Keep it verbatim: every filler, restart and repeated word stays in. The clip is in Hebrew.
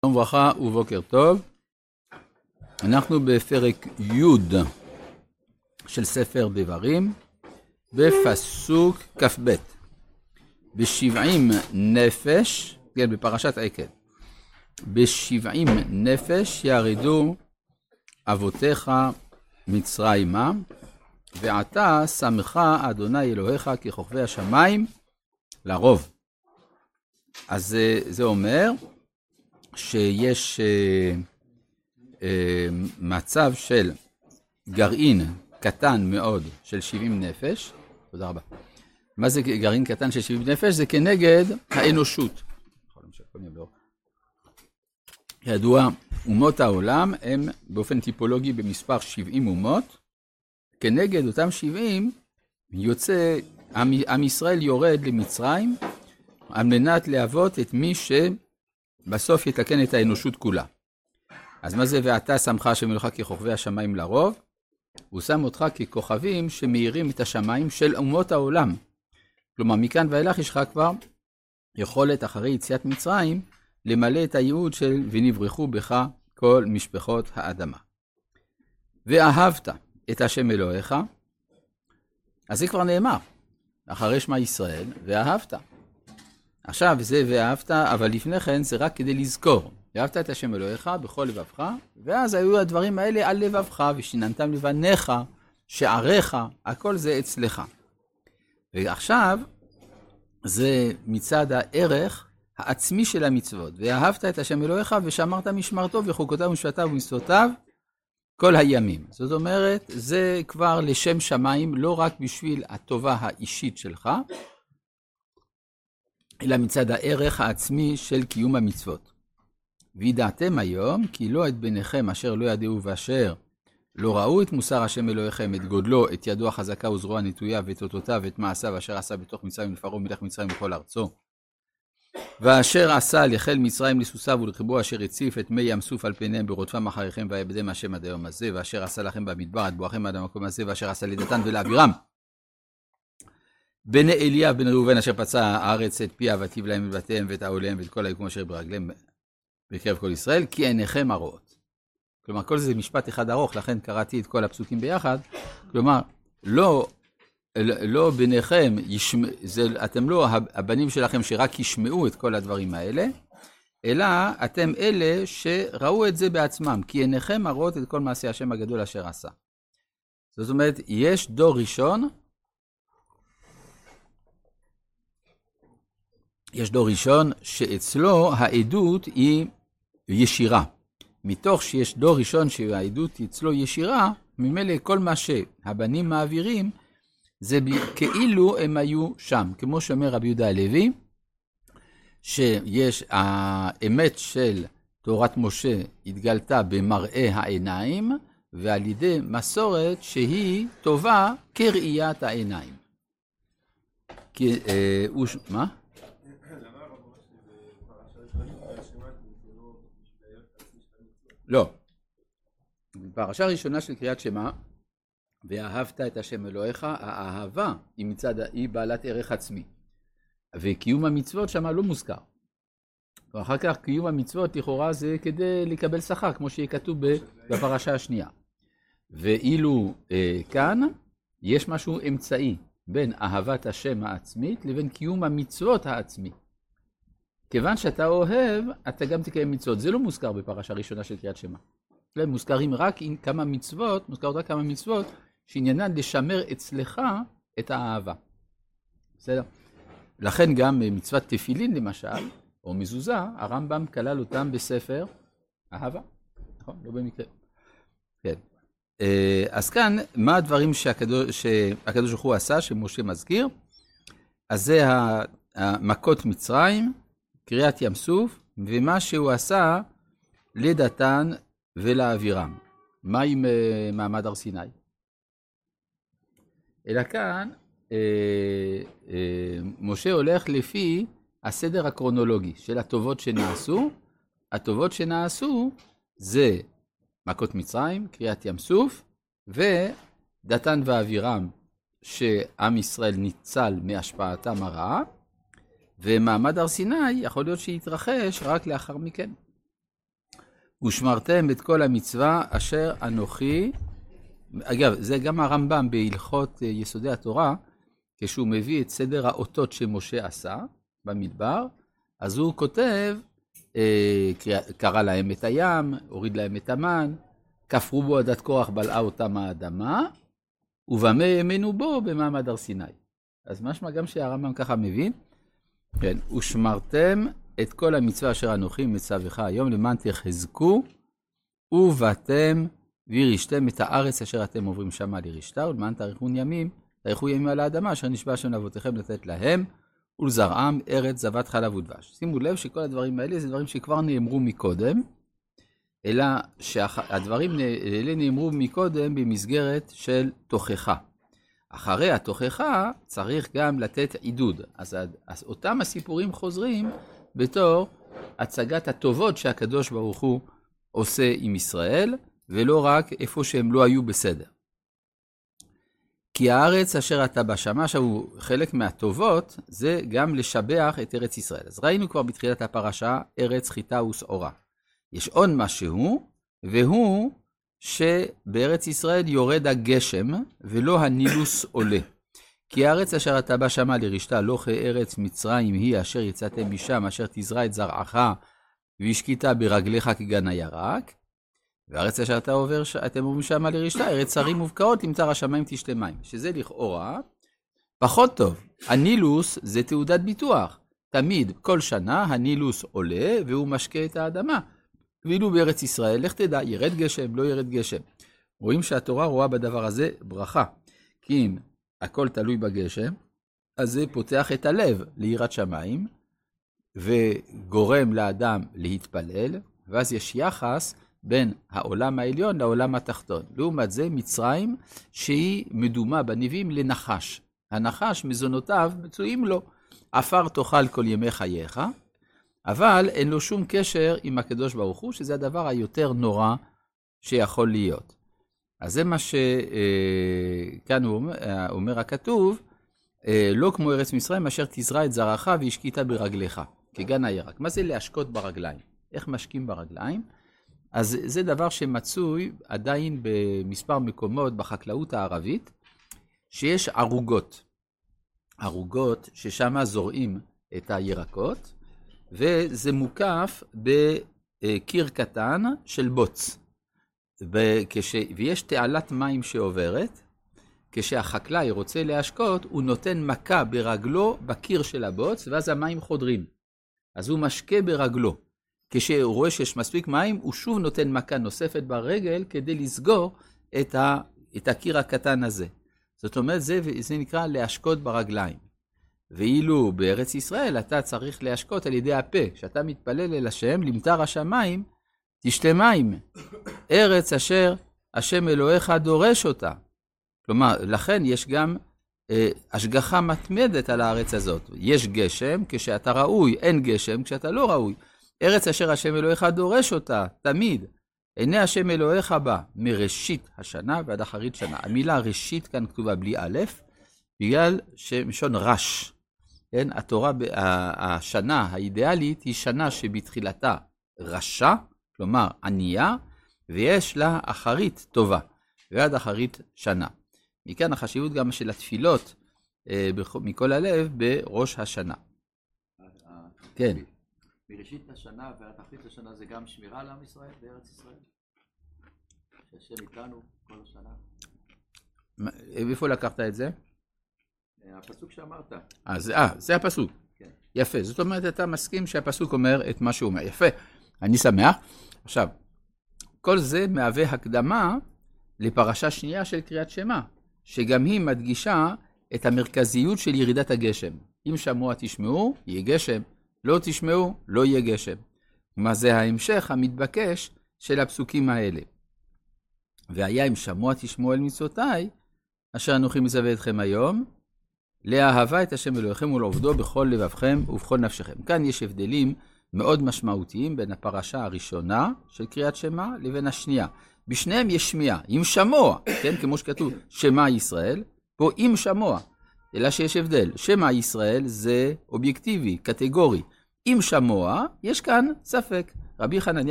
שלום וברכה ובוקר טוב. אנחנו בפרק י' של ספר דברים, בפסוק כ"ב. בשבעים נפש, כן, בפרשת עקב. בשבעים נפש ירדו אבותיך מצרימה, ועתה שמך אדוני אלוהיך ככוכבי השמיים לרוב. אז זה, זה אומר שיש אה, אה, מצב של גרעין קטן מאוד של שבעים נפש. תודה רבה. מה זה גרעין קטן של שבעים נפש? זה כנגד האנושות. ידוע, אומות העולם הם באופן טיפולוגי במספר שבעים אומות. כנגד אותם שבעים יוצא, עם, עם ישראל יורד למצרים על מנת להוות את מי ש... בסוף יתקן את האנושות כולה. אז מה זה ועתה שמך השם אלוהיך ככוכבי השמיים לרוב? הוא שם אותך ככוכבים שמאירים את השמיים של אומות העולם. כלומר, מכאן ואילך יש לך כבר יכולת אחרי יציאת מצרים למלא את הייעוד של ונברחו בך כל משפחות האדמה. ואהבת את השם אלוהיך, אז זה כבר נאמר, אחרי שמה ישראל, ואהבת. עכשיו זה ואהבת, אבל לפני כן זה רק כדי לזכור. ואהבת את השם אלוהיך בכל לבבך, ואז היו הדברים האלה על לבבך, ושיננתם לבניך, שעריך, הכל זה אצלך. ועכשיו זה מצד הערך העצמי של המצוות. ואהבת את השם אלוהיך ושמרת משמרתו וחוקותיו ומשפטיו ומצוותיו כל הימים. זאת אומרת, זה כבר לשם שמיים, לא רק בשביל הטובה האישית שלך, אלא מצד הערך העצמי של קיום המצוות. וידעתם היום, כי לא את בניכם אשר לא ידעו ואשר לא ראו את מוסר השם אלוהיכם, את גודלו, את ידו החזקה וזרוע הנטויה, ואת אותותיו ואת מעשיו אשר עשה בתוך מצרים לפרעה מלך מצרים בכל ארצו. ואשר עשה לחיל מצרים לסוסיו ולרכבו אשר הציף את מי ים סוף על פניהם ברודפם אחריכם ויעבדם השם עד היום הזה, ואשר עשה לכם במדבר את בואכם עד המקום הזה, ואשר עשה לדתן ולאבירם בני אליאב בן ראובן אשר פצע הארץ את פיה ותיב להם את בתיהם ואת העוליהם ואת כל היקום אשר ברגליהם בקרב כל ישראל, כי עיניכם הרואות. כלומר, כל זה משפט אחד ארוך, לכן קראתי את כל הפסוקים ביחד. כלומר, לא, לא ביניכם, ישמע, זה, אתם לא הבנים שלכם שרק ישמעו את כל הדברים האלה, אלא אתם אלה שראו את זה בעצמם, כי עיניכם הרואות את כל מעשה השם הגדול אשר עשה. זאת אומרת, יש דור ראשון, יש דור ראשון שאצלו העדות היא ישירה. מתוך שיש דור ראשון שהעדות אצלו ישירה, ממילא כל מה שהבנים מעבירים, זה כאילו הם היו שם. כמו שאומר רבי יהודה הלוי, שיש האמת של תורת משה התגלתה במראה העיניים, ועל ידי מסורת שהיא טובה כראיית העיניים. כי, אה, הוא, מה? לא. בפרשה הראשונה של קריאת שמע, ואהבת את השם אלוהיך, האהבה היא מצד, היא בעלת ערך עצמי. וקיום המצוות שמה לא מוזכר. ואחר כך קיום המצוות לכאורה זה כדי לקבל שכר, כמו שיהיה כתוב בפרשה השנייה. ואילו אה, כאן יש משהו אמצעי בין אהבת השם העצמית לבין קיום המצוות העצמי. כיוון שאתה אוהב, אתה גם תקיים מצוות. זה לא מוזכר בפרשה הראשונה של קריאת שמע. הם מוזכרים רק עם כמה מצוות, מוזכרות רק כמה מצוות, שעניינן לשמר אצלך את האהבה. בסדר? לכן גם מצוות תפילין למשל, או מזוזה, הרמב"ם כלל אותם בספר אהבה. נכון? לא במקרה. כן. אז כאן, מה הדברים שהקדוש, שהקדוש ברוך הוא עשה, שמשה מזכיר? אז זה המכות מצרים, קריאת ים סוף, ומה שהוא עשה לדתן ולאבירם. מה עם uh, מעמד הר סיני? אלא כאן, uh, uh, משה הולך לפי הסדר הקרונולוגי של הטובות שנעשו. הטובות שנעשו זה מכות מצרים, קריאת ים סוף, ודתן ואבירם, שעם ישראל ניצל מהשפעתם הרעה, ומעמד הר סיני יכול להיות שיתרחש רק לאחר מכן. ושמרתם את כל המצווה אשר אנוכי, אגב, זה גם הרמב"ם בהלכות יסודי התורה, כשהוא מביא את סדר האותות שמשה עשה במדבר, אז הוא כותב, אה, קרא להם את הים, הוריד להם את המן, כפרו בו עדת קורח בלעה אותם האדמה, ובמה האמינו בו במעמד הר סיני. אז משמע גם שהרמב"ם ככה מבין, כן, ושמרתם את כל המצווה אשר אנוכי מצווך היום למען תחזקו, ובאתם וירשתם את הארץ אשר אתם עוברים שמה לרשתה, ולמען תאריכו ימים, תאריכו ימים על האדמה אשר נשבע השם לאבותיכם לתת להם, ולזרעם ארץ זבת חלב ודבש. שימו לב שכל הדברים האלה זה דברים שכבר נאמרו מקודם, אלא שהדברים האלה נאמרו מקודם במסגרת של תוכחה. אחרי התוכחה צריך גם לתת עידוד. אז, אז אותם הסיפורים חוזרים בתור הצגת הטובות שהקדוש ברוך הוא עושה עם ישראל, ולא רק איפה שהם לא היו בסדר. כי הארץ אשר אתה בשמה, שהוא חלק מהטובות, זה גם לשבח את ארץ ישראל. אז ראינו כבר בתחילת הפרשה, ארץ חיטה ושעורה. יש עוד משהו, והוא שבארץ ישראל יורד הגשם, ולא הנילוס עולה. כי הארץ אשר אתה בשמה לרשתה, לא כארץ מצרים היא אשר יצאתם משם, אשר תזרע את זרעך, והשקית ברגליך כגן הירק. והארץ אשר אתה עובר, אתם עוברים שמה לרשתה, ארץ הרים ובקעות, תמצא השמיים תשתה מים. שזה לכאורה פחות טוב. הנילוס זה תעודת ביטוח. תמיד, כל שנה, הנילוס עולה, והוא משקה את האדמה. ואילו בארץ ישראל, לך תדע, ירד גשם, לא ירד גשם. רואים שהתורה רואה בדבר הזה ברכה. כי אם הכל תלוי בגשם, אז זה פותח את הלב ליראת שמיים, וגורם לאדם להתפלל, ואז יש יחס בין העולם העליון לעולם התחתון. לעומת זה, מצרים, שהיא מדומה בנביאים לנחש. הנחש, מזונותיו, מצויים לו. עפר תאכל כל ימי חייך, אבל אין לו שום קשר עם הקדוש ברוך הוא, שזה הדבר היותר נורא שיכול להיות. אז זה מה שכאן אומר, אומר הכתוב, לא כמו ארץ מצרים, אשר תזרע את זרעך והשקית ברגליך, כגן הירק. מה זה להשקות ברגליים? איך משקים ברגליים? אז זה דבר שמצוי עדיין במספר מקומות בחקלאות הערבית, שיש ערוגות. ערוגות ששם זורעים את הירקות, וזה מוקף בקיר קטן של בוץ. וכש... ויש תעלת מים שעוברת, כשהחקלאי רוצה להשקות, הוא נותן מכה ברגלו בקיר של הבוץ, ואז המים חודרים. אז הוא משקה ברגלו. כשהוא רואה שיש מספיק מים, הוא שוב נותן מכה נוספת ברגל, כדי לסגור את, ה... את הקיר הקטן הזה. זאת אומרת, זה, זה נקרא להשקות ברגליים. ואילו בארץ ישראל אתה צריך להשקות על ידי הפה. כשאתה מתפלל אל השם, למטר השמיים, תשתה מים. ארץ אשר השם אלוהיך דורש אותה. כלומר, לכן יש גם אה, השגחה מתמדת על הארץ הזאת. יש גשם כשאתה ראוי, אין גשם כשאתה לא ראוי. ארץ אשר השם אלוהיך דורש אותה, תמיד. עיני השם אלוהיך בה, מראשית השנה ועד אחרית שנה. המילה ראשית כאן כתובה בלי א', בגלל שמשון רש. כן? התורה, השנה האידיאלית היא שנה שבתחילתה רשע, כלומר ענייה, ויש לה אחרית טובה, ועד אחרית שנה. מכאן החשיבות גם של התפילות אה, מכל הלב בראש השנה. כן. מראשית השנה ועד אחרית השנה זה גם שמירה על עם ישראל בארץ ישראל? שהשם איתנו כל השנה? איפה לקחת את זה? הפסוק שאמרת. אז, אה, זה הפסוק. כן. יפה, זאת אומרת, אתה מסכים שהפסוק אומר את מה שהוא אומר. יפה, אני שמח. עכשיו, כל זה מהווה הקדמה לפרשה שנייה של קריאת שמע, שגם היא מדגישה את המרכזיות של ירידת הגשם. אם שמוע תשמעו, יהיה גשם. לא תשמעו, לא יהיה גשם. מה זה ההמשך המתבקש של הפסוקים האלה. והיה אם שמוע תשמעו אל מצוותיי, אשר אנוכי מצווה אתכם היום, לאהבה את השם אלוהיכם ולעובדו בכל לבבכם ובכל נפשכם. כאן יש הבדלים מאוד משמעותיים בין הפרשה הראשונה של קריאת שמע לבין השנייה. בשניהם יש שמיעה, אם שמוע, כן, כמו שכתוב, שמע ישראל, פה אם שמוע, אלא שיש הבדל. שמע ישראל זה אובייקטיבי, קטגורי. אם שמוע, יש כאן ספק. רבי חנניה